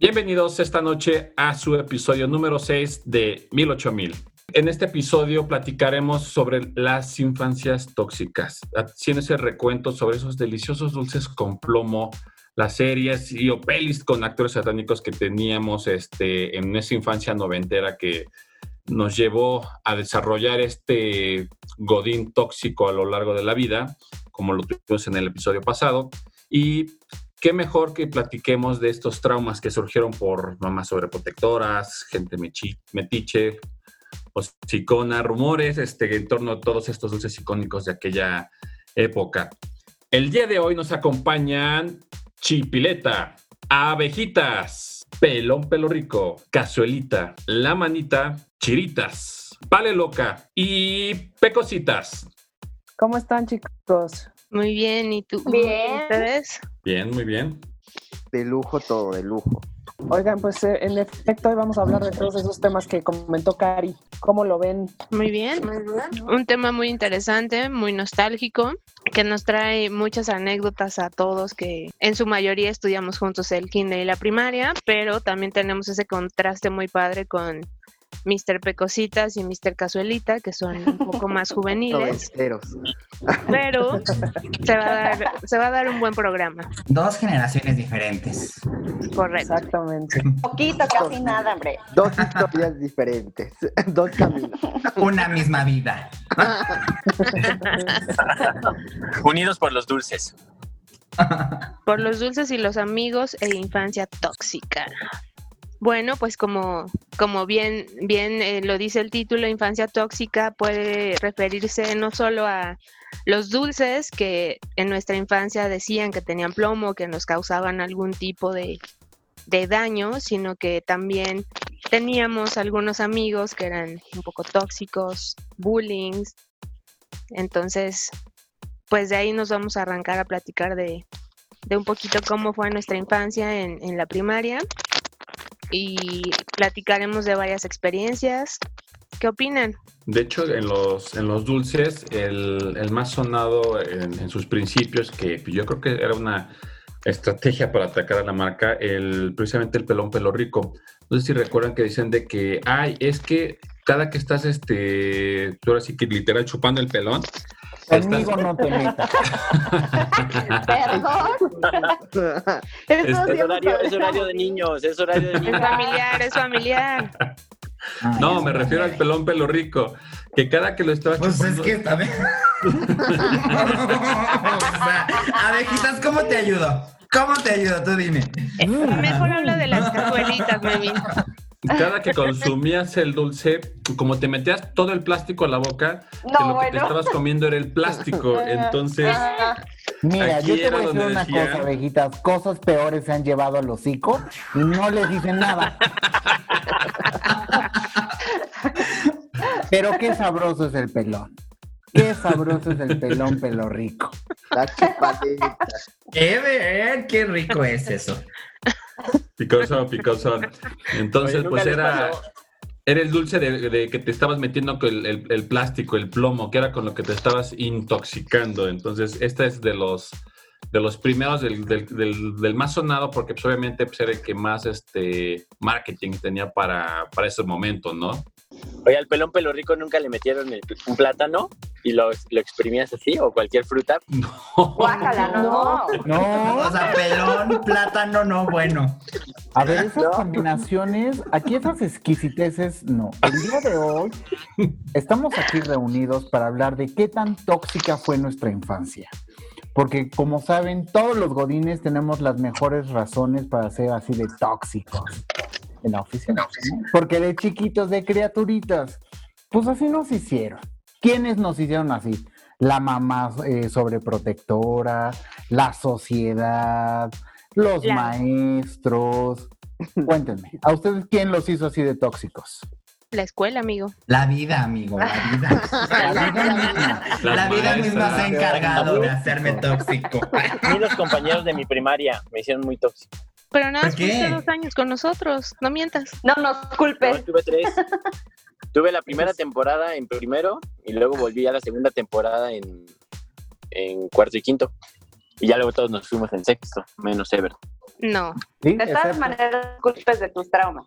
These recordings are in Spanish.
Bienvenidos esta noche a su episodio número 6 de 1008,000. En este episodio platicaremos sobre las infancias tóxicas, haciendo ese recuento sobre esos deliciosos dulces con plomo, las series y o pelis con actores satánicos que teníamos en esa infancia noventera que nos llevó a desarrollar este godín tóxico a lo largo de la vida, como lo tuvimos en el episodio pasado. Y qué mejor que platiquemos de estos traumas que surgieron por mamás sobreprotectoras, gente metiche, hocicona, rumores en torno a todos estos dulces icónicos de aquella época. El día de hoy nos acompañan Chipileta, Abejitas, Pelón Pelo Rico, Cazuelita, La Manita, Chiritas, Pale Loca y Pecositas. ¿Cómo están, chicos? Muy bien, ¿y tú? Bien. ¿Ustedes? Bien, muy bien. De lujo todo, de lujo. Oigan, pues en efecto hoy vamos a hablar de todos esos temas que comentó Cari. ¿Cómo lo ven? Muy bien. Un tema muy interesante, muy nostálgico, que nos trae muchas anécdotas a todos que en su mayoría estudiamos juntos el kinder y la primaria, pero también tenemos ese contraste muy padre con Mr. Pecositas y Mr. Cazuelita, que son un poco más juveniles, pero se va a dar un buen programa. Dos generaciones diferentes. Correcto. Exactamente. Poquito, casi nada, hombre. Dos historias diferentes, dos caminos. Una misma vida. Unidos por los dulces. Por los dulces y los amigos e infancia tóxica. Bueno, pues como bien lo dice el título, infancia tóxica puede referirse no solo a los dulces que en nuestra infancia decían que tenían plomo, que nos causaban algún tipo de daño, sino que también teníamos algunos amigos que eran un poco tóxicos, bullying. Entonces, pues de ahí nos vamos a arrancar a platicar de un poquito cómo fue nuestra infancia en la primaria. Y platicaremos de varias experiencias. ¿Qué opinan? De hecho, en los dulces, el más sonado en sus principios, que yo creo que era una estrategia para atacar a la marca, precisamente el Pelón Pelo Rico. No sé si recuerdan que dicen de que, es que cada que estás, tú ahora sí que literal chupando el pelón. Conmigo no te metas. Perdón. Es horario de niños, Es familiar. No, me refiero al Pelón Pelo Rico, que cada que lo estabas Pues chupando... es que está bien. Abejitas, ¿cómo te ayudo? ¿Cómo te ayudo? Tú dime. Mejor habla de las cazuelitas, mami. Cada que consumías el dulce, como te metías todo el plástico a la boca, que lo que te estabas comiendo era el plástico. Entonces, mira, aquí yo te era voy a decir donde una decía... cosa, abejitas. Cosas peores se han llevado al hocico y no les dicen nada. Pero qué sabroso es el pelón. Qué sabroso es el Pelón Pelo Rico. La chupadita. Qué rico es eso. Picoso. Entonces, Oye, pues ¿nunca les era el dulce de que te estabas metiendo con el plástico, el plomo, que era con lo que te estabas intoxicando. Entonces, este es de los primeros, del más sonado, porque pues, obviamente pues, era el que más marketing tenía para ese momento, ¿no? Oye, al Pelón Pelo Rico nunca le metieron un plátano y lo exprimías así, o cualquier fruta. Guácala, no. No, O sea, pelón, plátano, no, bueno. a ver, esas combinaciones, aquí esas exquisiteces, no. El día de hoy estamos aquí reunidos para hablar de qué tan tóxica fue nuestra infancia. Porque, como saben, todos los godines tenemos las mejores razones para ser así de tóxicos. En la oficina. Porque de chiquitos, de criaturitas, pues así nos hicieron. ¿Quiénes nos hicieron así? La mamá sobreprotectora, la sociedad, los maestros. Cuéntenme, ¿a ustedes quién los hizo así de tóxicos? La escuela, amigo. La vida, amigo, la vida. La vida misma se ha encargado de hacerme tóxico. A mí los compañeros de mi primaria me hicieron muy tóxico. Pero nada, ¿Por qué? fuiste 2 años con nosotros, no mientas. No nos No, culpes. tuve 3. Tuve la primera temporada en primero y luego volví a la segunda temporada en cuarto y quinto. Y ya luego todos nos fuimos en sexto, menos Ever. No, Sí, De todas maneras, culpes de tus traumas.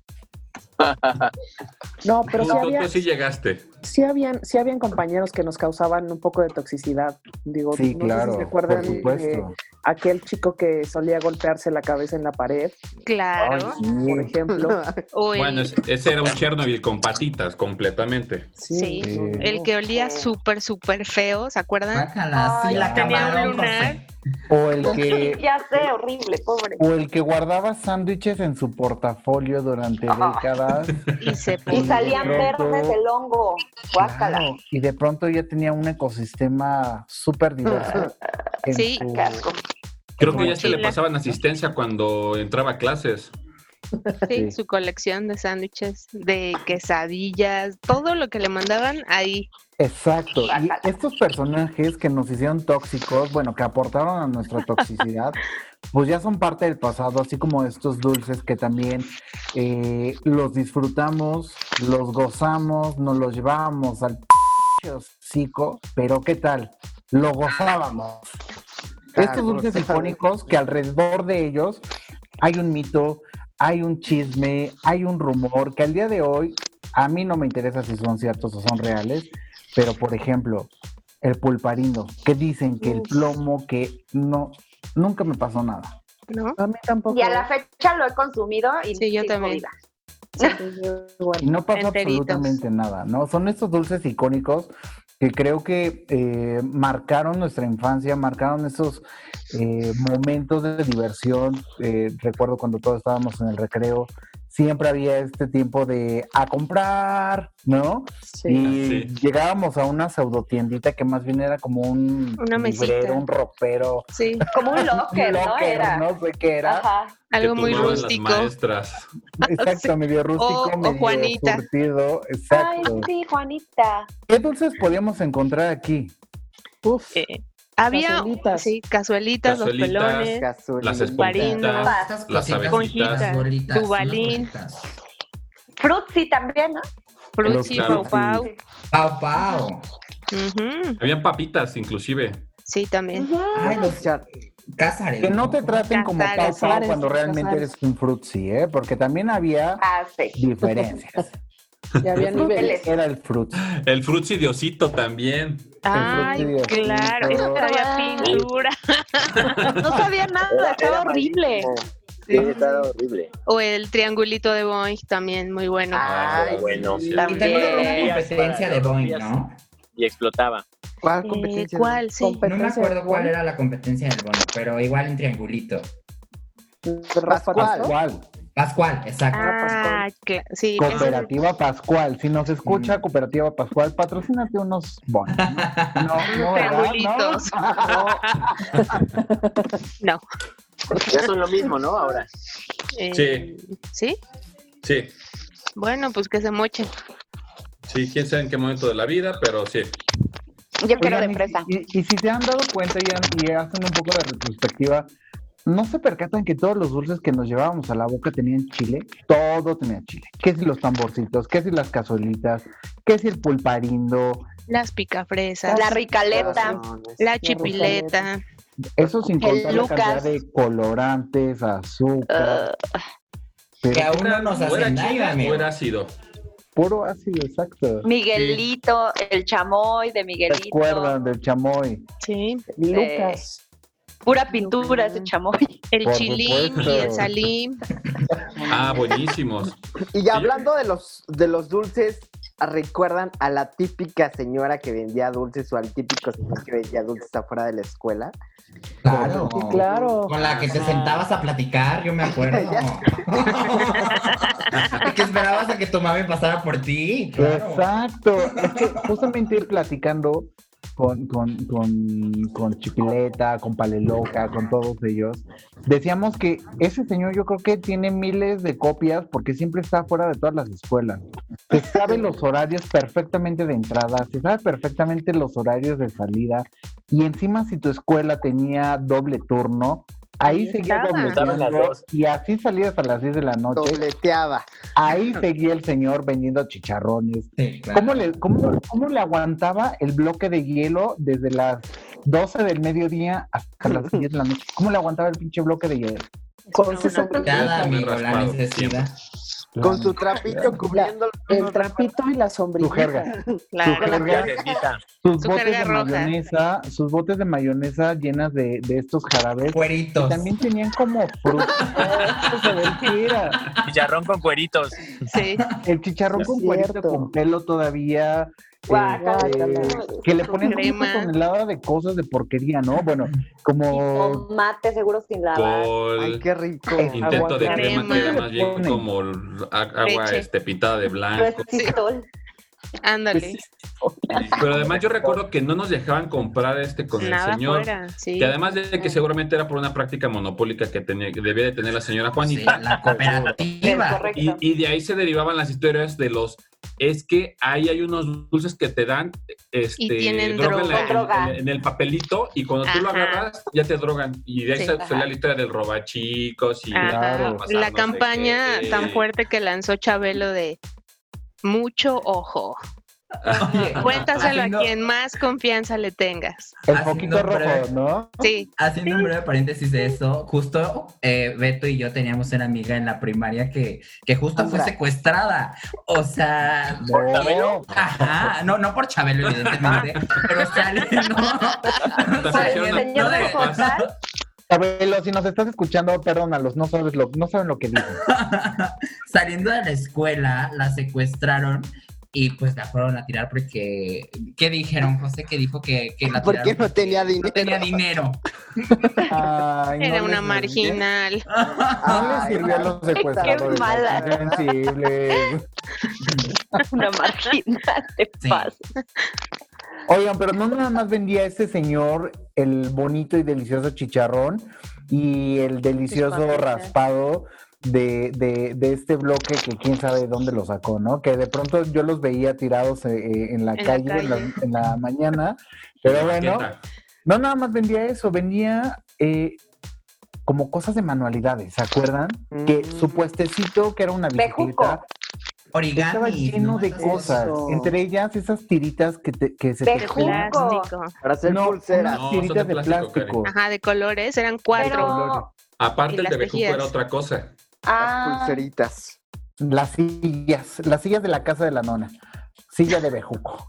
No, pero Tú sí llegaste. sí habían compañeros que nos causaban un poco de toxicidad. Digo, Sí, no claro, sé si se acuerdan por supuesto. aquel chico que solía golpearse la cabeza en la pared, Claro. por ejemplo. O el, Bueno, ese era un Chernobyl con patitas, completamente. sí, no, no. el que olía súper feo, ¿se acuerdan? Guácala, sí, Ay, la tenía un camarón, lunar. José. O el que Ya sé, horrible, pobre. o el que guardaba sándwiches en su portafolio durante décadas. Y se Y salían de pronto- verdes el hongo. Guácala. Claro, y de pronto ya tenía un ecosistema súper diverso. en Sí. su- Qué asco. Creo que ya se le Mochila. pasaban asistencia cuando entraba a clases. Sí, Sí. su colección de sándwiches, de quesadillas, todo lo que le mandaban ahí. Exacto. Y Guácala. estos personajes que nos hicieron tóxicos, bueno, que aportaron a nuestra toxicidad, pues ya son parte del pasado, así como estos dulces que también los disfrutamos, los gozamos, nos los llevábamos al hocico, pero ¿qué tal? Lo gozábamos. Estos dulces icónicos que alrededor de ellos hay un mito, hay un chisme, hay un rumor que al día de hoy a mí no me interesa si son ciertos o son reales, pero por ejemplo, el pulparindo, que dicen que el plomo, que no, nunca me pasó nada. ¿No? A mí tampoco. Y a la fecha lo he consumido y Sí, yo sigo también. viva. Y no pasó Enteritos. absolutamente nada, ¿no? Son estos dulces icónicos que creo que marcaron nuestra infancia, marcaron esos momentos de diversión. Recuerdo cuando todos estábamos en el recreo, siempre había este tiempo de a comprar, ¿no? Sí. Y Sí. llegábamos a una pseudotiendita que más bien era como Una mesita. librero, un ropero, Sí, Como un locker, un ¿no? locker, Era. no sé qué era. Ajá. algo que muy tomaban rústico. las maestras. Exacto, medio rústico, O medio Juanita. surtido, Ay, exacto. sí, Juanita. ¿Qué dulces podíamos encontrar aquí? Uf, Había, Cazuelitas. sí, cazuelitas, los Cazuelitas. pelones, Gasolina. Las Pulparindo. esponjitas, Estas las cositas, abejitas. las bolitas, Dubalín. unas bolitas. Frutzi también, ¿no? Fruitsy, Claro. Pau Pau. Pau Pau. Ujú, Habían papitas, inclusive. sí, también. Ay, los cázares. Que no te traten como Pau Cazares, Pau cuando cazares. realmente eres un frutzi, ¿eh? Porque también había Ah, sí. diferencias. ya había niveles. Era el frutzi. El frutzi de osito también. Ay, Fruitsy de claro, osito. eso traía pintura. No sabía nada, estaba horrible. Sí, estaba horrible. O el triangulito de Boing también, muy bueno. Ay, bueno. sí, Y también había una también. competencia de Boeing, ¿no? Y explotaba. ¿Cuál competencia? ¿Cuál? Sí. No me acuerdo cuál era la competencia del Boeing, pero igual en triangulito. Pascual. Pascual. Pascual, exacto. Ah, sí. ese- Cooperativa Pascual. Si nos escucha Cooperativa Pascual, patrocínate unos bonos. No, no, ¿verdad? triangulitos. No. Ya son lo mismo, ¿no? Ahora. ¿Sí? Sí, Bueno, pues que se mochen. sí, quién sabe en qué momento de la vida, pero sí. Yo quiero Oigan, de fresa. y si se han dado cuenta y hacen un poco de retrospectiva, ¿no se percatan que todos los dulces que nos llevábamos a la boca tenían chile? Todo tenía chile. ¿Qué si los tamborcitos? ¿Qué si las cazuelitas? ¿Qué si el pulparindo? Las picafresas, La ricaleta. la chipileta. Eso sin El contar la cantidad Lucas. de colorantes, azúcar. Pero Que aún no nos ¿O era hacen daño, chile amigo. o era ácido? puro ácido, exacto. Miguelito, el chamoy de Miguelito. ¿Recuerdan del chamoy? Sí. Lucas. Pura pintura ese chamoy. El Por chilín supuesto. y el salín. Ah, buenísimos. Y ya hablando de los dulces, ¿recuerdan a la típica señora que vendía dulces o al típico señor que vendía dulces afuera de la escuela? Claro. Sí, claro. Con la que te sentabas a platicar, yo me acuerdo. Que esperabas a que tu mami pasara por ti. Claro. Exacto. Es que justamente ir platicando con Chipileta, con Paleloca, con todos ellos, decíamos que ese señor yo creo que tiene miles de copias porque siempre está fuera de todas las escuelas. Se sabe los horarios perfectamente de entrada, se sabe perfectamente los horarios de salida y encima si tu escuela tenía doble turno, ahí seguía Estaban las dobleteando dos. y así salías a las 10 de la noche. Dobleteaba. Ahí seguía el señor vendiendo chicharrones. Sí, claro. ¿Cómo le aguantaba el bloque de hielo desde las 12 del mediodía hasta las 10 de la noche? ¿Cómo le aguantaba el pinche bloque de hielo? Con su sombrilla. Cada amigo la raspado, necesidad. Con su trapito cubriendo El trapito y la sombrilla. Tu jerga. Claro. Su jerga. Jerguita. Sus Su botes jerga de roja. mayonesa, sus botes de mayonesa llenas de estos jarabes. Cueritos. Y también tenían como frutas. Se ve que era. Chicharrón con cueritos. Sí. El chicharrón Es con cuerito, cierto. con pelo todavía. Guácala. Que le ponen Crema. una tonelada de cosas de porquería, ¿no? Bueno, como Tomate seguro sin lavar. Ay, Col, qué rico. intento de Crema. crema que era más bien Ponen. como agua Leche. pintada de blanco. Resistol. Ándale. Pero además yo recuerdo que no nos dejaban comprar con el Nada señor. fuera. Sí. Que además de que seguramente era por una práctica monopólica que debía de tener la señora Sí, Juanita. la cooperativa. Correcto. Y de ahí se derivaban las historias de es que ahí hay unos dulces que te dan Y tienen droga. en el papelito y cuando tú lo Ajá. agarras ya te drogan. Y de ahí Sí. salió la historia del robachicos y Ajá. Claro. pasar La no sé campaña qué. tan fuerte que lanzó Chabelo de mucho ojo. Cuéntaselo Haciendo- a quien más confianza le tengas. el Haciendo poquito rojo, breve- ¿no? Sí. Haciendo un breve paréntesis de eso, justo Beto y yo teníamos una amiga en la primaria que justo fue secuestrada. O sea, No. ajá, no por Chabelo, evidentemente, pero saliendo, También saliendo señor de- de Josar. Chabelo, si nos estás escuchando, perdónalos, no saben lo que dicen. saliendo de la escuela, la secuestraron. Y pues la fueron a tirar porque... ¿Qué dijeron, José? Que dijo que la Porque tiraron no tenía dinero. no tenía dinero. Ay, no Era les una sirvió. marginal. No les sirvió a los secuestradores. mala. ¿no? Sensibles. Una marginal de Sí. paz. Oigan, pero no nada más vendía este señor el bonito y delicioso chicharrón y el delicioso papitas. raspado de este bloque que quién sabe dónde lo sacó, ¿no? Que de pronto yo los veía tirados en la En la calle, calle. en la mañana, pero bueno, Maqueta. no nada más vendía eso, vendía como cosas de manualidades, ¿se acuerdan? Que su puestecito, que era una Bejuco. bicicleta, estaba Origami. lleno de cosas, Eso. entre ellas esas tiritas que se te Bejuco. pegan. Plástico. Para hacer No, pulseras. unas No, tiritas son de de plástico, plástico. Ajá, de colores. Eran 4. Pero. Aparte Y el las de bejuco tejías. era otra cosa. Las Ah, pulseritas. Las sillas de la casa de la nona. Silla de bejuco.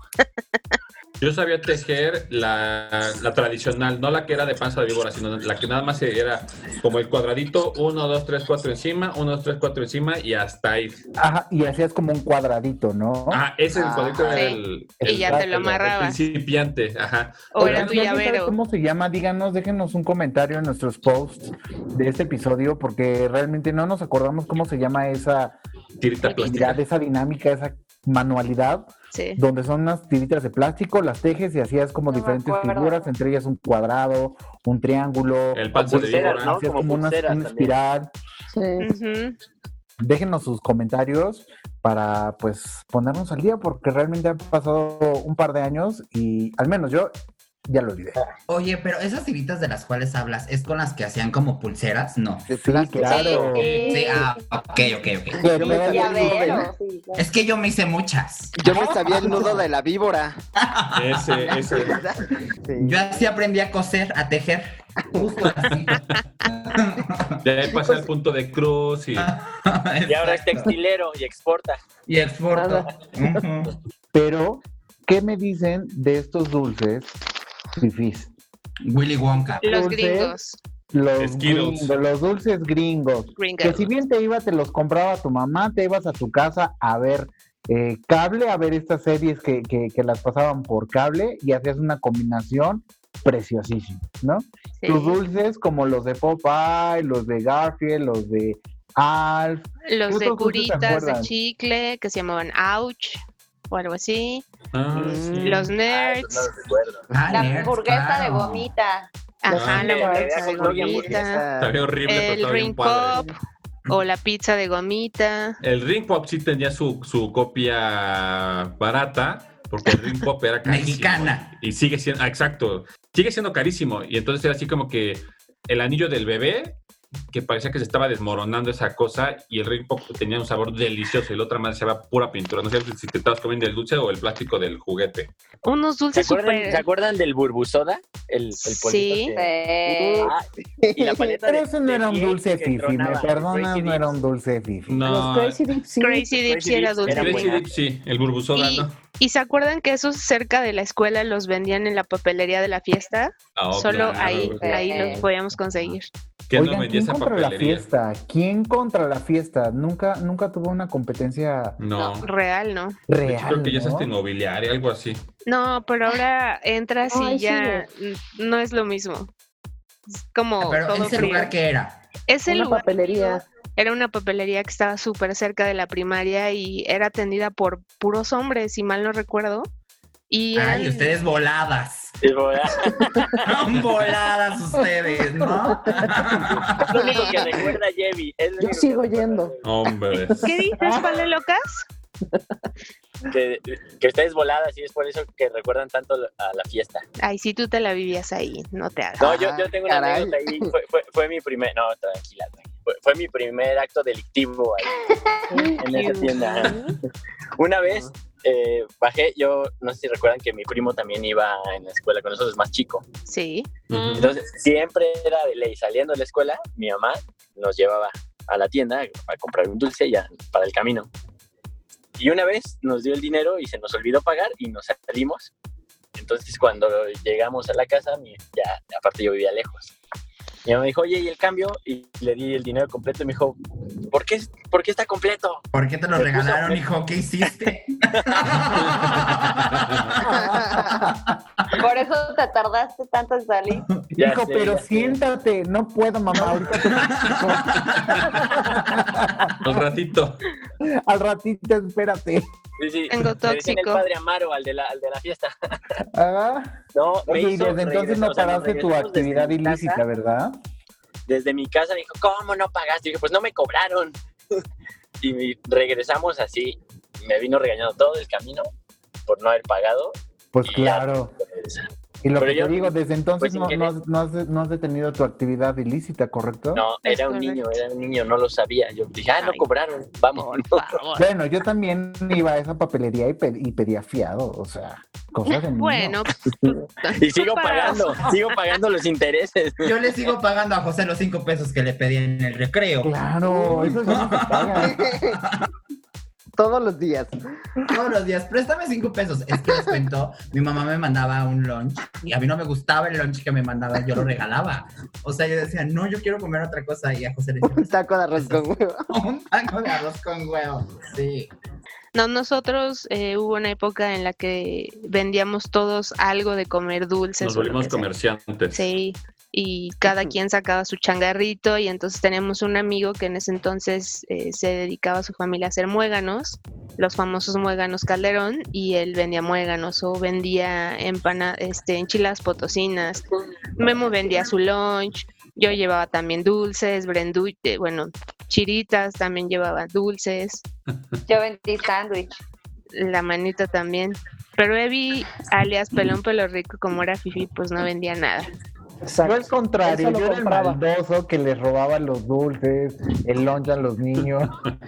Yo sabía tejer la tradicional, no la que era de panza de víbora, sino la que nada más era como el cuadradito, 1, 2, 3, 4 encima, 1, 2, 3, 4 encima y hasta ahí. Ajá, y hacías como un cuadradito, ¿no? Ah, ese es el cuadrito era Sí. Y ya te lo el amarrabas. principiante, ajá. O Oigan, era tu si alguien sabe llavero. ¿Cómo se llama? Díganos, déjenos un comentario en nuestros posts de este episodio, porque realmente no nos acordamos cómo se llama esa Tirita plástica. actividad, esa dinámica, esa manualidad, Sí. donde son unas tiritas de plástico, las tejes y hacías como No me diferentes acuerdo. figuras, entre ellas un cuadrado, un triángulo, El panza de Pulseras, víbora. ¿no? hacías Como como una pulseras también. espiral. Sí. Ujú. Déjenos sus comentarios para pues ponernos al día porque realmente han pasado un par de años y al menos yo ya lo olvidé. Oye, pero esas tiritas de las cuales hablas, ¿es con las que hacían como pulseras? No. De Sí, plástico. claro. Sí, ok. Yo me sabía el nudo de la- llavero. Sí, claro. Es que yo me hice muchas. Yo me sabía el nudo de la víbora. Ese. Sí. Yo así aprendí a coser, a tejer. Justo así. De ahí pasé al punto de cruz y Y ahora es textilero y exporta. Y exporto. Ujú. Pero, ¿qué me dicen de estos dulces fifís? Willy Wonka. Los Dulces. gringos. Los Skittles. gringos, los dulces gringos. Gringos. Que si bien te los compraba tu mamá, te ibas a tu casa a ver cable, a ver estas series que las pasaban por cable y hacías una combinación preciosísima, ¿no? Sí. Tus dulces como los de Popeye, los de Garfield, los de Alf. Los ¿Qué de otros dulces te curitas de acuerdas? chicle que se llamaban Ouch o algo así. Ah, sí. Los Ah, nerds. eso no lo recuerdo. Ah, La nerds, hamburguesa de claro. gomita. Ajá, Ah, la sí. hamburguesa de gomita. Está bien horrible, pero El está bien ring padre. pop o la pizza de gomita. El ring pop sí tenía su copia barata, porque el ring pop era carísimo. Mexicana. Y sigue siendo, exacto, sigue siendo carísimo. Y entonces era así como que el anillo del bebé que parecía que se estaba desmoronando esa cosa y el Ring Pop tenía un sabor delicioso y la otra madre se va pura pintura. No sé si te estabas comiendo el dulce o el plástico del juguete. Unos dulces ¿Se acuerdan del Burbusoda? El polvito Sí. y la paleta Pero de- eso no de era un piel dulce que fifi, me tronaba, perdonas, Crazy no era Dips. un dulce fifi. No, Los Crazy Dips, sí. Crazy Dip sí era dulce. Era Crazy buena. Dip, sí, el Burbusoda, Y, ¿no? y se acuerdan que esos cerca de la escuela los vendían en la papelería de la fiesta. Oh, Solo claro. ahí los podíamos conseguir. ¿Quién no Oigan, vendía ¿quién esa contra la papelería? fiesta? ¿Quién contra la fiesta? Nunca tuvo una competencia No. Real, ¿no? De hecho, real, creo que ya es ¿no? hasta inmobiliaria, algo así. No, pero ahora entras No, y ahí ya no es lo mismo. Es como Pero todo ese frío. lugar que era. Ese Una lugar papelería. era una papelería que estaba súper cerca de la primaria y era atendida por puros hombres, si mal no recuerdo. Y Ay, eran- ustedes voladas. Es verdad. Voladas ustedes, ¿no? Es lo único que recuerda Jevi. Es lo Yo único sigo que recuerda. Oh. yendo. Hombre. ¿Qué dices, Pale Locas? Que ustedes voladas y es por eso que recuerdan tanto a la fiesta. Ay, si tú te la vivías ahí, no te hagas. No, yo tengo una caray. anécdota ahí. Fue mi primer. No, tranquila. Fue mi primer acto delictivo ahí en esa tienda. Una vez bajé, yo no sé si recuerdan que mi primo también iba en la escuela con nosotros, más chico. Sí. Ujú. Entonces, siempre era de ley. Saliendo de la escuela, mi mamá nos llevaba a la tienda a comprar un dulce ya para el camino. Y una vez nos dio el dinero y se nos olvidó pagar y nos salimos. Entonces, cuando llegamos a la casa, ya, aparte yo vivía lejos. Mi mamá me dijo, oye, ¿y el cambio? Y le di el dinero completo y me dijo, ¿por qué está completo? ¿Por qué te lo regalaron, hijo? ¿Qué hiciste? Por eso te tardaste tanto en salir. Ya Hijo, sé, pero ya sé. siéntate, no puedo, mamá, ahorita te Al ratito. al ratito, espérate. Sí, sí. Tengo Le decían tóxico. el padre Amaro, al de la fiesta. Ah, No, me oye, y hizo desde entonces no regresar, o sea, nos paraste tu regresamos desde actividad mi ilícita, casa. ¿verdad? Desde mi casa me dijo, ¿cómo no pagaste? Y dije, pues no me cobraron. Y regresamos así. Me vino regañando todo el camino por no haber pagado. Pues Y ya, claro. Y lo Pero que yo, te digo, desde entonces sin no querer. no has detenido tu actividad ilícita, ¿correcto? No, Es era un niño, no lo sabía. Yo dije, no Ay, cobraron, vamos. Por favor. Bueno, yo también iba a esa papelería y pedía fiado, o sea, cosas de niño. Bueno, Y sigo Para- pagando los intereses. Yo le sigo pagando a José los 5 pesos que le pedí en el recreo. Claro, eso ya no se paga. Todos los días. Todos los días, préstame 5 pesos. Es que les cuento, mi mamá me mandaba un lunch y a mí no me gustaba el lunch que me mandaba, yo lo regalaba. O sea, yo decía, no, yo quiero comer otra cosa. Y a José le Un decía, taco de arroz con huevo. un taco de arroz con huevo. Sí. no, nosotros hubo una época en la que vendíamos todos algo de comer dulces. Nos o lo volvimos que sea. comerciantes. Sí, y cada quien sacaba su changarrito y entonces teníamos un amigo que en ese entonces se dedicaba a su familia a hacer muéganos, los famosos muéganos Calderón, y él vendía muéganos o vendía enchiladas potosinas. Memo vendía su lunch, yo llevaba también dulces, Chiritas también llevaba dulces, Yo vendí sándwich. la manita también. Pero Evi, alias Pelón Pelo Rico, como era Fifi, pues no vendía nada. Yo al contrario, Él solo yo era el compraba. maldoso que les robaba los dulces, el lunch a los niños.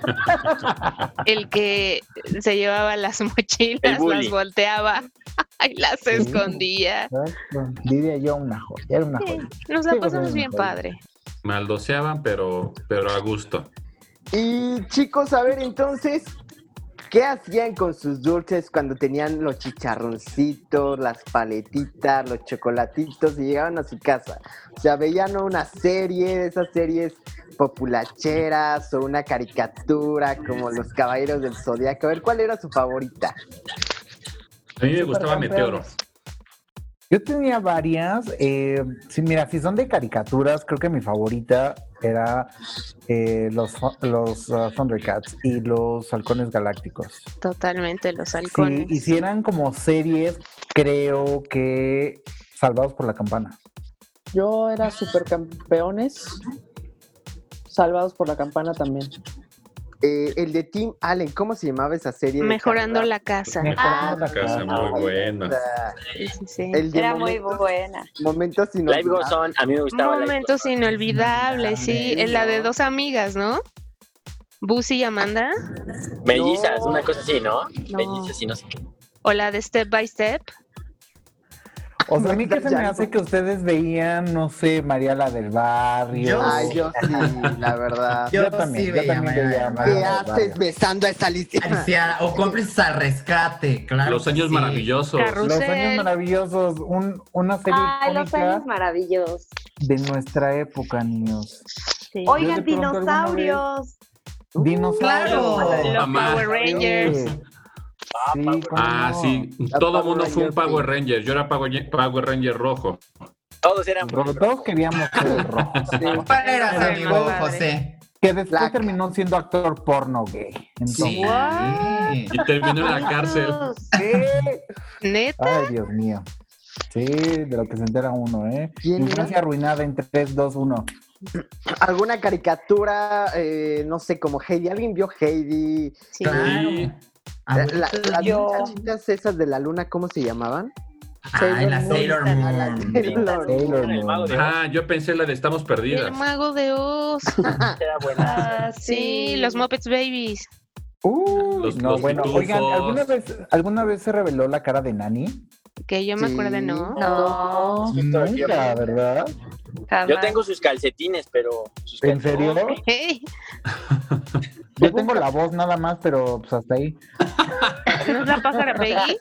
El que se llevaba las El mochilas, bully. las volteaba y las Sí. escondía. Diría yo una joya, era una Sí, joya. nos la Sí, pasamos pues, bien joya. padre. Maldoseaban, pero a gusto. Y chicos, a ver entonces, ¿qué hacían con sus dulces cuando tenían los chicharroncitos, las paletitas, los chocolatitos y llegaban a su casa? O sea, veían una serie, de esas series populacheras o una caricatura como Los Caballeros del Zodiaco. A ver, ¿cuál era su favorita? A mí me gustaba Meteoro. Yo tenía varias. Sí, mira, si son de caricaturas, creo que mi favorita era los Thundercats y los Halcones Galácticos. Totalmente, los halcones. Si hicieran como series, creo que Salvados por la Campana. Yo era Supercampeones, Salvados por la Campana también. El de Tim Allen, ¿cómo se llamaba esa serie? Mejorando la casa. Mejorando la Casa, casa. muy buena. Sí, sí, sí. El de Era muy momentos- buena. Momentos Live Goes inolvidables. On, a mí me gustaba Live Momentos Goes On. inolvidables, sí. En la de dos amigas, ¿no? Bussy y Amanda. Mellizas, No. una cosa así, ¿no? No. Mellizas y no sé qué. O la de Step by Step. O sea, a mí que se me hace que ustedes veían, no sé, María la del Barrio. Ay, yo sí, la verdad. Yo también veía veía María ¿Qué María. haces besando a esa Alicia? Alicia, o cómplices al rescate, claro. Los que años sí. maravillosos. Carrusel. Los años maravillosos, una serie Ay, los icónica años maravillosos. de nuestra época, niños. Sí. Oigan, de pronto alguna vez- dinosaurios. Dinosaurios. Claro. Los Mamá. Power Rangers. Sí, ¿cómo Ah, no? sí. A Todo el Power mundo fue un Ranger, Power sí. Ranger. Yo era Power Ranger rojo. Todos eran Todos queríamos ser el rojo. ¿Cuál eras, Ay, amigo más padre. José? Que después Flaca. terminó siendo actor porno gay. Entonces, Sí. Sí. Y terminó en la cárcel. Neta. ay, Dios mío. Sí, de lo que se entera uno, ¿eh? ¿Quién era? Infancia arruinada en 3, 2, 1. ¿Alguna caricatura, no sé, como Heidi? ¿Alguien vio Heidi? Sí. Claro. Las Yo. muchachitas esas de la luna, ¿cómo se llamaban? Ay, la Sailor Moon. Sailor el mago Moon. de Oz. Ah, yo pensé la de Estamos El Perdidas. mago de Oz. Era buena. Ah, Sí, los Muppets Babies. Los- No, los bueno, pitufos. oigan, ¿alguna vez se reveló la cara de Nani? Que yo me Sí. acuerdo, ¿no? No, Nunca, ¿verdad? jamás. Yo tengo sus calcetines, pero... sus ¿En serio? Hey, Yo tengo la voz nada más, pero pues hasta ahí. ¿no es la pájara Peggy?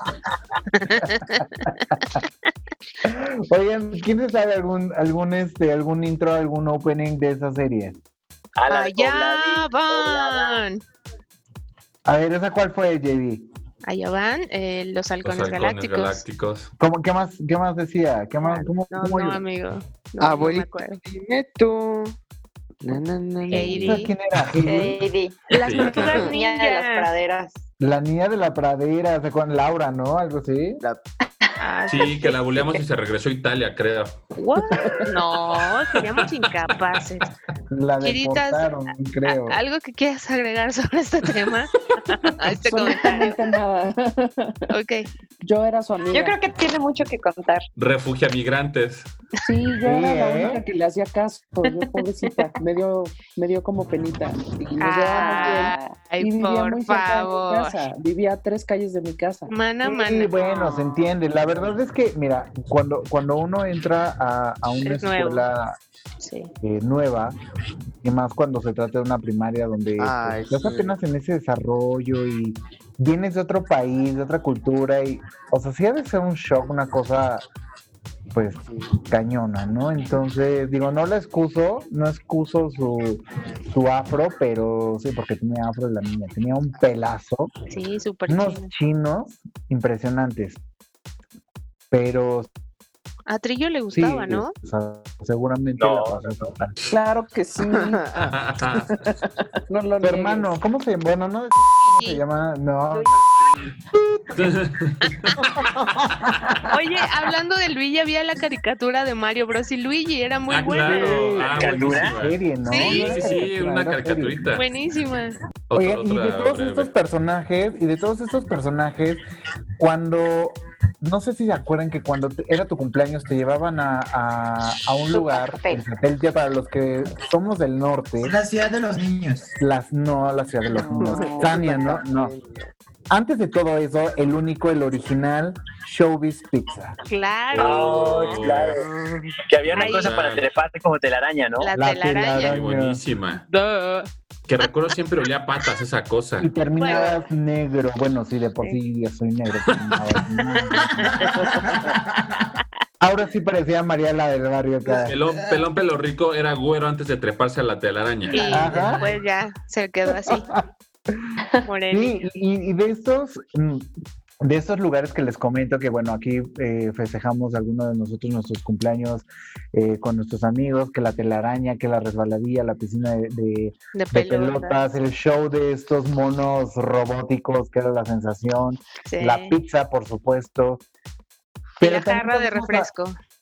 Oigan, ¿quién se sabe algún intro, algún opening de esa serie? A la de Allá Pobladín, van. A ver, ¿esa cuál fue, JB? Allá van los Los halcones halcones galácticos. galácticos. ¿Qué más decía? No, ¿Cómo no, iba? amigo. No, no me Abuelita, acuerdo. dime tú. Na, na, na, na. Heidi. ¿Esa quién era? Heidi, Las Sí, tortugas claro. niña de las ninja. praderas. La niña de la pradera, ¿se acuerdan? Laura, ¿no? Algo así. Ah, Sí, que la buleamos y se regresó a Italia, creo. ¿what? No, seríamos incapaces. La Chiritas, deportaron, creo. ¿Algo que quieras agregar sobre este tema? A este comentario. Absolutamente nada. Ok. Yo era su amiga. Yo creo que tiene mucho que contar. Refugia migrantes. Sí, yo era la ¿eh? única que le hacía caso. Yo, pobrecita, me dio como penita. Y nos llevábamos bien. Ay, Y vivía por muy cerca de mi favor. casa. Vivía a 3 calles de mi casa. Mana, Sí, mana. bueno, se entiende. La verdad es que, mira, cuando uno entra a una Es nuevo. escuela Sí. nueva, y más cuando se trata de una primaria donde Ay, estás sí. apenas en ese desarrollo y vienes de otro país, de otra cultura, y, o sea, sí ha de ser un shock, una cosa, pues, cañona, ¿no? Entonces, digo, no excuso su afro, pero sí, porque tenía afro la niña, tenía un pelazo, Sí, súper unos chino. chinos impresionantes, pero A Trillo le sí, gustaba, ¿no? o sea, seguramente No, la pasó fatal. Claro que sí. No lo Tu niegues. hermano, ¿cómo se llama? Bueno, no, ¿cómo se llama? No, Oye, hablando de Luigi, había la caricatura de Mario Bros. Y Luigi, era muy Ah, buena. claro. Ah, ¿Caricatura? buenísima. serie, ¿no? Sí, No Sí, era sí, sí, caricatura, una era serie. caricaturita. Buenísima. Oigan, y de Otra todos breve. estos personajes, cuando, no sé si se acuerdan que cuando era tu cumpleaños te llevaban a un Super lugar, café. el satélite para los que somos del norte, La ciudad de los niños. la ciudad de los niños, Tania, no. Antes de todo eso, el original Showbiz Pizza. Claro. Oh, claro. Que había una Ay. cosa para treparte como telaraña, ¿no? La La telaraña. telaraña. Ay, buenísima. Duh. Que recuerdo siempre olía a patas esa cosa. Y terminabas negro. Bueno, sí, de por sí ya soy negro. terminabas negro. Ahora sí parecía María la del barrio acá. Pelón Pelo Rico era güero antes de treparse a la telaraña. Y Ajá. después ya se quedó así. Moreno. Sí, y de estos lugares que les comento, que bueno, aquí festejamos algunos de nosotros nuestros cumpleaños con nuestros amigos, que la telaraña, que la resbaladilla, la piscina de De pelotas, el show de estos monos robóticos, que era la sensación, Sí. la pizza, por supuesto. Y la también jarra de vamos a- refresco.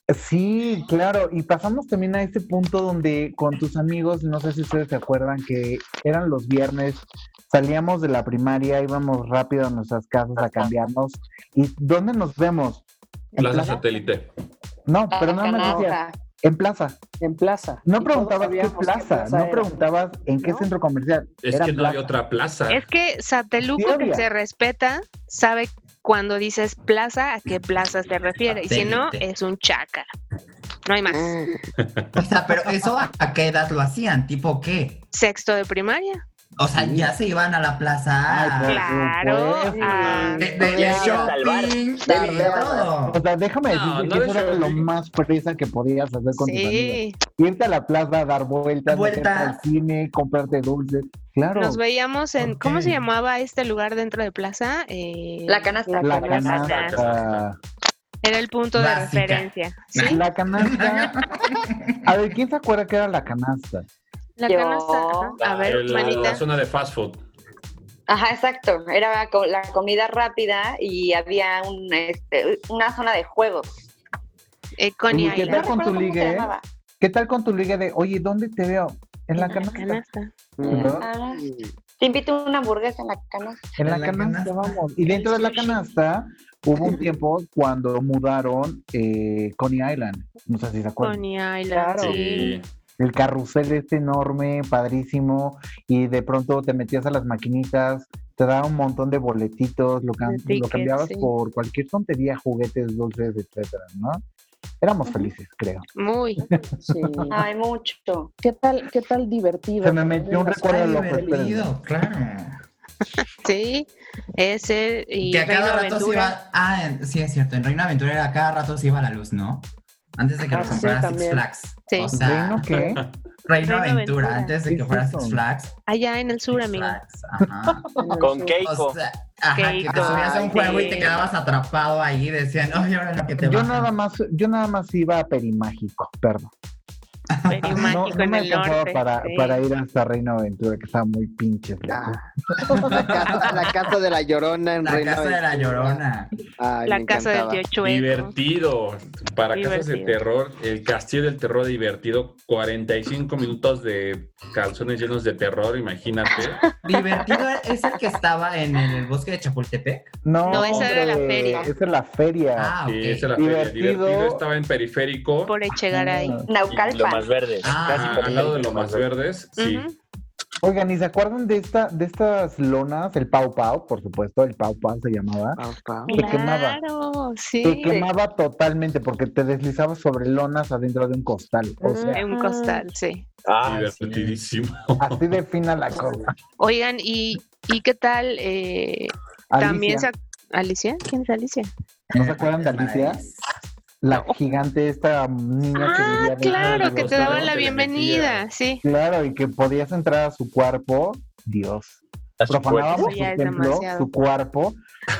Sí, claro, y pasamos también a este punto donde con tus amigos, no sé si ustedes se acuerdan que eran los viernes, salíamos de la primaria, íbamos rápido a nuestras casas a cambiarnos. ¿Y dónde nos vemos? ¿En Plaza Satélite. No, pero nada más decía, Canasta. en plaza. En plaza. No Y preguntabas todos qué sabíamos plaza, no era. preguntabas en qué ¿No? centro comercial. Es Era que no había plaza. otra plaza. Es que Sateluco, Sí, que obvio. se respeta, sabe cuando dices plaza, a qué plaza se refiere. Y si no, Satélite. es un chácara. No hay más. O sea, pero eso ¿a qué edad lo hacían? ¿Tipo qué? Sexto de primaria. O sea, ya se iban a la plaza. Ay, por Claro. supuesto. Ah, de Ya ibas al bar. shopping, Ya de ibas al todo. O sea, déjame No, decirte no que de eso era lo shopping. más fresa que podías hacer con tus amigos. sí. Irte a la plaza a dar vueltas, meterte Vueltas. al cine, comprarte dulces. Claro. Nos veíamos en, ¿cómo Ok. se llamaba este lugar dentro de plaza? La canasta. La canasta. canasta. Era el punto de Básica. referencia. ¿Sí? La canasta. A ver, ¿quién se acuerda que era la canasta? La Yo. canasta. ajá. A ver, La manita. zona de fast food. Ajá, exacto. Era la comida rápida y había una zona de juegos. Coney Uy, ¿qué Island. tal con tu recuerdo cómo se ligue? llamaba. ¿Qué tal con tu ligue de, oye, ¿dónde te veo? En la En canasta. ¿No? Ah, te invito a una hamburguesa en la canasta. En la En la canasta, canasta. vamos. Y dentro de la canasta hubo un tiempo cuando mudaron Coney Island. No sé si se acuerdan. Coney Island. Claro. Sí. Sí. El carrusel este enorme, padrísimo, y de pronto te metías a las maquinitas, te daba un montón de boletitos, lo tickets, cambiabas sí. por cualquier tontería, juguetes, dulces, etcétera, ¿no? Éramos felices, creo. Muy. Sí. Ay, mucho. ¿Qué tal divertido? Se me metió un recuerdo Ay, de López, divertido, claro. Sí. Ese y Que a cada Reino rato se Aventura. iba. Sí, es cierto. En Reino Aventura era a cada rato se iba la luz, ¿no? Antes de que lo sí, comprara Six también. Flags. Sí. O sea, ¿Reino qué? Reino Reino Aventura, Aventura. antes de ¿Qué que es fuera eso? Six Flags. Allá en el sur, Six amigo. Flags, ajá. Con O Keiko. sea, ajá, que te Keiko. subías a un juego y te Ay, quedabas atrapado ahí. Decían, oye, ahora lo que te Yo bajan". nada más iba a Perimágico, perdón. Pero mágico No en me el alcanzaba norte. sí. para ir hasta Reino Aventura, que estaba muy pinche lejos. La casa de la Llorona en La Reino casa de la Aventura. Llorona. Ay, La me casa del encantaba. tío Chueco. Divertido. Para casas de Divertido. terror, el Castillo del Terror divertido. 45 minutos de calzones llenos de terror, imagínate. Divertido es el que estaba en el bosque de Chapultepec. No, esa era la feria. Esa es la feria. Ah, ok. Sí, esa es la feria. Divertido. Divertido estaba en Periférico. Por Echegaray. y Lo Naucalpan. más verdes. al lado de lo más verdes. Sí. Ujú. Oigan, ¿y se acuerdan de estas lonas? El Pau Pau, por supuesto, el Pau Pau se llamaba. Pau, pau. Te quemaba. Claro, Te sí. quemaba totalmente porque te deslizabas sobre lonas adentro de un costal. O sea, En un costal, sí. Ah, Divertidísimo. así de fina la cosa. Oigan, ¿y qué tal? También Alicia, ¿Alicia? ¿Quién es Alicia? ¿no se acuerdan de Alicia? La gigante, esta niña que vivía Ah, dentro claro, de que los- te daban que la le bienvenida, sí. Claro, y que podías entrar a su cuerpo. Dios. a su Profanábamos Eso ya su es templo, demasiado. su cuerpo,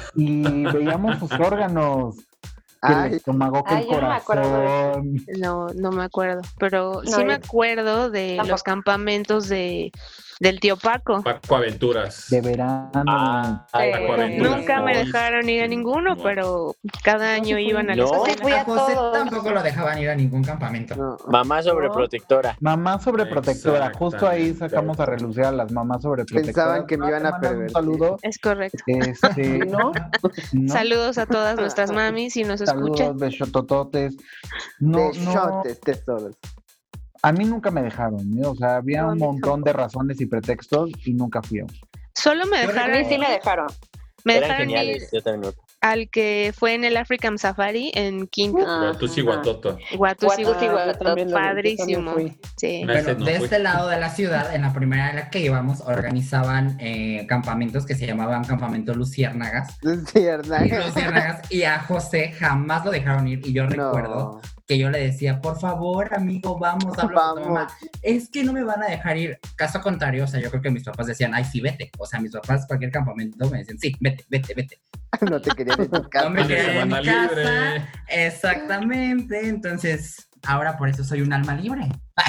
y veíamos sus órganos. Que el Ay, estómago, que el Ay, yo no me acuerdo de eso. corazón. No me acuerdo, pero No, sí me yo acuerdo de tampoco. los campamentos del tío Paco. Paco Aventuras. De verano. Ah, Paco Aventuras. Nunca me Ay, dejaron ir a ninguno, no. pero cada año iban a la No. escuela. Fui a A José todos. tampoco lo dejaban ir a ningún campamento. no. Mamá sobreprotectora. Mamá sobreprotectora. Justo ahí Exactamente. sacamos a relucir a las mamás sobreprotectoras. Pensaban que me iban a Te mandan un pervertir. saludo. Es correcto. ¿No? ¿No? Saludos a todas nuestras mamis si nos escuchan. Saludos, besotototes. No, no. Besotes, tesoros. A mí nunca me dejaron, ¿eh? O sea, había No, a un mí montón de razones y pretextos y nunca fui. Solo me A dejaron, mí sí me dejaron. me Eran dejaron ir geniales. Yo también. al que fue en el African Safari en Quinto. Guatusi Guatoto. Guatusi, Guatusi, Guatoto, yo también lo- yo padrísimo. también fui. Sí. Ese Bueno, no de fui. este lado de la ciudad, en la primera en la que íbamos, organizaban campamentos que se llamaban Campamento Luciérnagas. Luciérnagas. Y a José jamás lo dejaron ir. Y yo recuerdo que yo le decía, por favor, amigo, vamos, hablo con tu Vamos. mamá. Es que no me van a dejar ir. Caso contrario, o sea, yo creo que mis papás decían, ay, sí, vete. O sea, mis papás, cualquier campamento me decían, sí, vete, vete, vete. No te querían en tu casa. No me querían en mi Semana casa. libre. Exactamente. Entonces, ahora por eso soy un alma libre.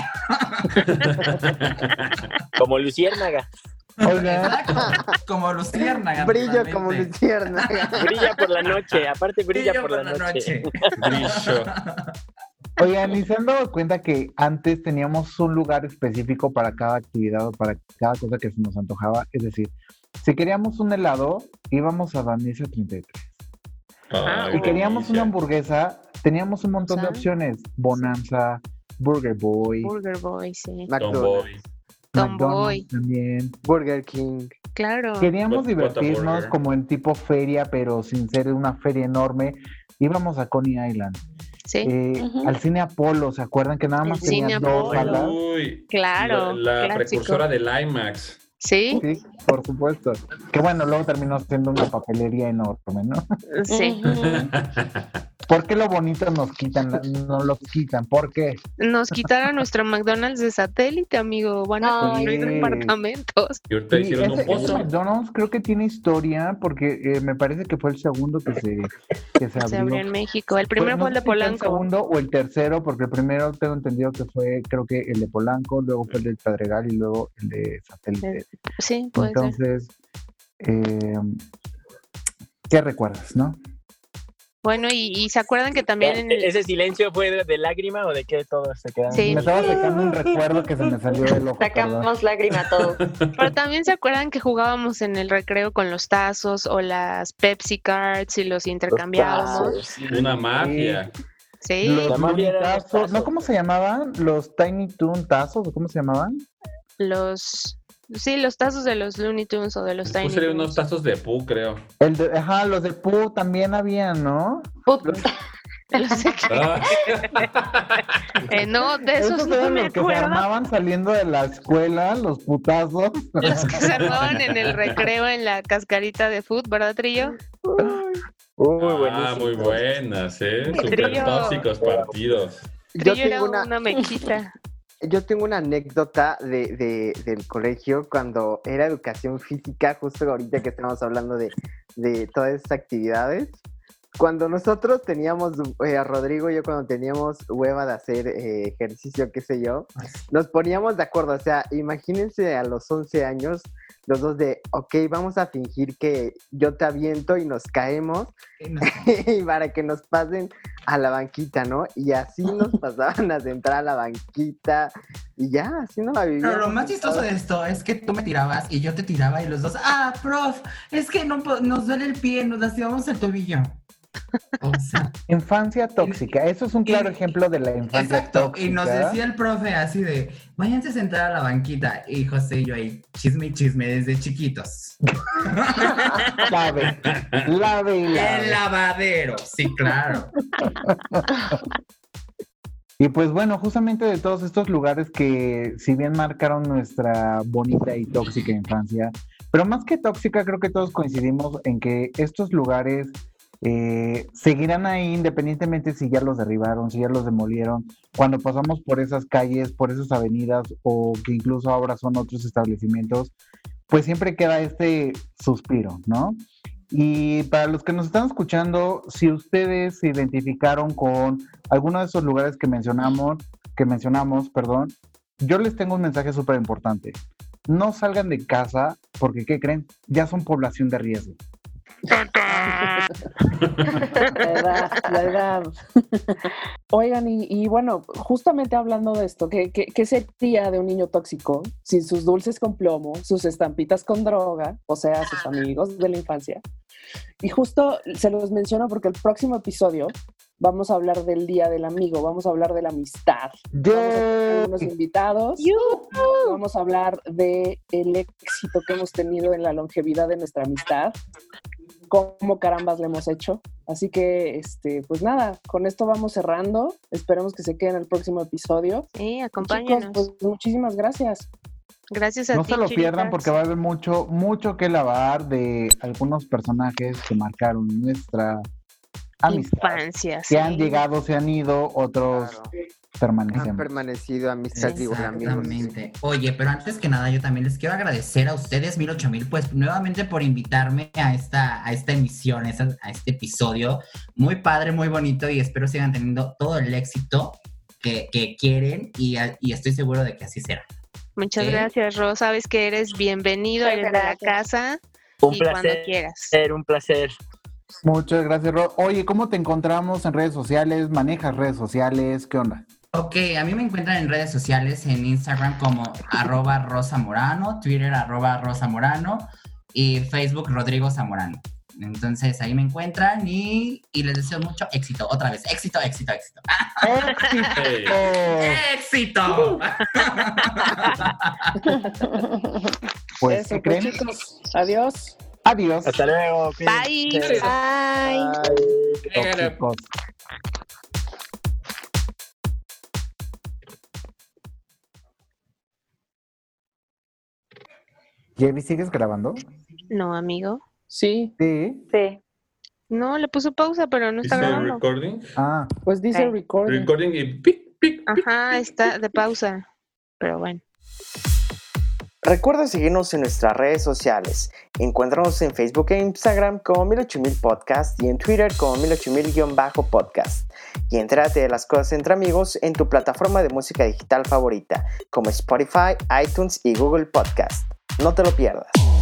Como Luciérnaga. Oigan, Exacto. Como Luciérnaga. Brillo como totalmente. luciérnaga. Brilla por la noche. Aparte brilla por la noche. Brillo. Oigan, ¿y se han dado cuenta que antes teníamos un lugar específico para cada actividad o para cada cosa que se nos antojaba? Es decir, si queríamos un helado, íbamos a Danesa 33. Si queríamos una hamburguesa, teníamos un montón de opciones. Bonanza, Burger Boy, Sí. McDonald's también. Burger King. Claro. Queríamos divertirnos Whataburger. como en tipo feria, pero sin ser una feria enorme. Íbamos a Coney Island. Sí. Al cine Apolo, ¿se acuerdan que nada más El cine tenía dos Apolo. salas? Uy, Claro, la clásico. precursora del IMAX. Sí, Sí, por supuesto. Que bueno, luego terminó siendo una papelería enorme, ¿no? sí. ¿Por qué lo bonito nos lo quitan? ¿Por qué? Nos quitaron nuestro McDonald's de satélite, amigo. Van a construir Sí. departamentos. Y ahorita hicieron un ese pozo. McDonald's creo que tiene historia porque me parece que fue el segundo que se abrió. Se abrió en México. El primero No fue el sé de si fue el Polanco. segundo o el tercero, porque el primero tengo entendido que fue, creo que el de Polanco, luego fue el del Pedregal y luego el de Satélite. Sí, puede ser. Entonces, ¿qué recuerdas, no? Bueno, y se acuerdan que también en el... ¿Ese silencio fue de lágrima o de qué todos se quedaron? Sí. Me estaba sacando un recuerdo que se me salió del ojo. perdón. Sacamos lágrima todos. Pero también se acuerdan que jugábamos en el recreo con los tazos o las Pepsi Cards y los intercambiábamos. Una mafia. Sí, Los La mafia era Looney los Tazos, tazos. ¿no? ¿Cómo se llamaban? Los Tiny Toon Tazos, ¿o cómo se llamaban? los tazos de los Looney Tunes o de los Tiny Después serían unos Toons. tazos de Pooh, creo. Los de Pooh también habían, ¿no? Los de que- Ah. no, de esos no eran me los que se acuerdo. armaban saliendo de la escuela, los putazos. Los que se armaban en el recreo en la cascarita de fútbol, ¿verdad, Trillo? Muy buenas, Súper Trillo. tóxicos partidos. Trillo era una mexita. Yo tengo una anécdota del colegio cuando era educación física, justo ahorita que estamos hablando de todas esas actividades. Cuando nosotros teníamos, Rodrigo y yo cuando teníamos hueva de hacer ejercicio, qué sé yo, nos poníamos de acuerdo. O sea, imagínense a los 11 años, los dos de, ok, vamos a fingir que yo te aviento y nos caemos y para que nos pasen a la banquita, ¿no? Y así nos pasaban a entrar a la banquita y ya, así no la vivíamos. Pero lo más chistoso de esto es que tú me tirabas y yo te tiraba y los dos, prof, es que no, nos duele el pie, nos lastimamos el tobillo. O sea, Infancia tóxica. Eso es un claro ejemplo de la infancia exacto. tóxica. Y nos decía el profe así de, váyanse a sentar a la banquita. Y José y yo ahí, chisme y chisme desde chiquitos. Lave. El lavadero, sí, claro. Y pues bueno, justamente de todos estos lugares que si bien marcaron nuestra bonita y tóxica infancia, pero más que tóxica, creo que todos coincidimos en que estos lugares seguirán ahí independientemente si ya los derribaron, si ya los demolieron, cuando pasamos por esas calles, por esas avenidas o que incluso ahora son otros establecimientos, pues siempre queda este suspiro, ¿no? Y para los que nos están escuchando, si ustedes se identificaron con alguno de esos lugares que mencionamos, yo les tengo un mensaje súper importante. No salgan de casa porque, ¿qué creen? Ya son población de riesgo. La edad. Oigan, y bueno, justamente hablando de esto, ¿qué sería de un niño tóxico sin sus dulces con plomo, sus estampitas con droga, o sea, sus amigos de la infancia? Y justo se los menciono porque el próximo episodio vamos a hablar del Día del Amigo, vamos a hablar de la amistad. Vamos a tener unos invitados, vamos a hablar del éxito que hemos tenido en la longevidad de nuestra amistad, cómo carambas le hemos hecho. Así que, pues nada, con esto vamos cerrando. Esperemos que se queden en el próximo episodio. Sí, acompáñenos. Chicos, pues muchísimas gracias. Gracias a ti. No se lo pierdan Chiricax. porque va a haber mucho que lavar de algunos personajes que marcaron nuestra amistad. Infancia, Que sí. han llegado, se han ido, otros Claro. Han permanecen. permanecido amistad, digo, amigos. Exactamente. Oye, pero antes que nada, yo también les quiero agradecer a ustedes, 1008,000, pues nuevamente por invitarme a esta emisión, a este episodio. Muy padre, muy bonito y espero sigan teniendo todo el éxito que quieren y estoy seguro de que así será. Muchas ¿Sí? gracias, Ro. Sabes que eres bienvenido, Muchas eres de la gracias. casa Un y cuando placer, quieras. un placer. Muchas gracias, Ro. Oye, ¿cómo te encontramos en redes sociales? ¿Manejas redes sociales? ¿Qué onda? Ok, a mí me encuentran en redes sociales, en Instagram como @rosamorano, Twitter @rosamorano y Facebook Rodrigo Zamorano. Entonces ahí me encuentran y les deseo mucho éxito. Otra vez, éxito. ¡Éxito! ¡Éxito! Pues, Eso, ¿qué pues, creen? chicos, adiós. Adiós. Hasta luego. Bye. cuídense. Bye. Tóxicos. Jerry, ¿sigues grabando? No, amigo. Sí, Sí. Sí. No, le puso pausa, pero no está ¿Dice grabando. recording? Ah, pues dice Ok. recording. Recording y pic, pic, pic. Ajá, está de pausa. Pero bueno. Recuerda seguirnos en nuestras redes sociales. Encuéntranos en Facebook e Instagram como 108000 Podcast y en Twitter como 108000-podcast. Y entérate de las cosas entre amigos en tu plataforma de música digital favorita, como Spotify, iTunes y Google Podcast. No te lo pierdas.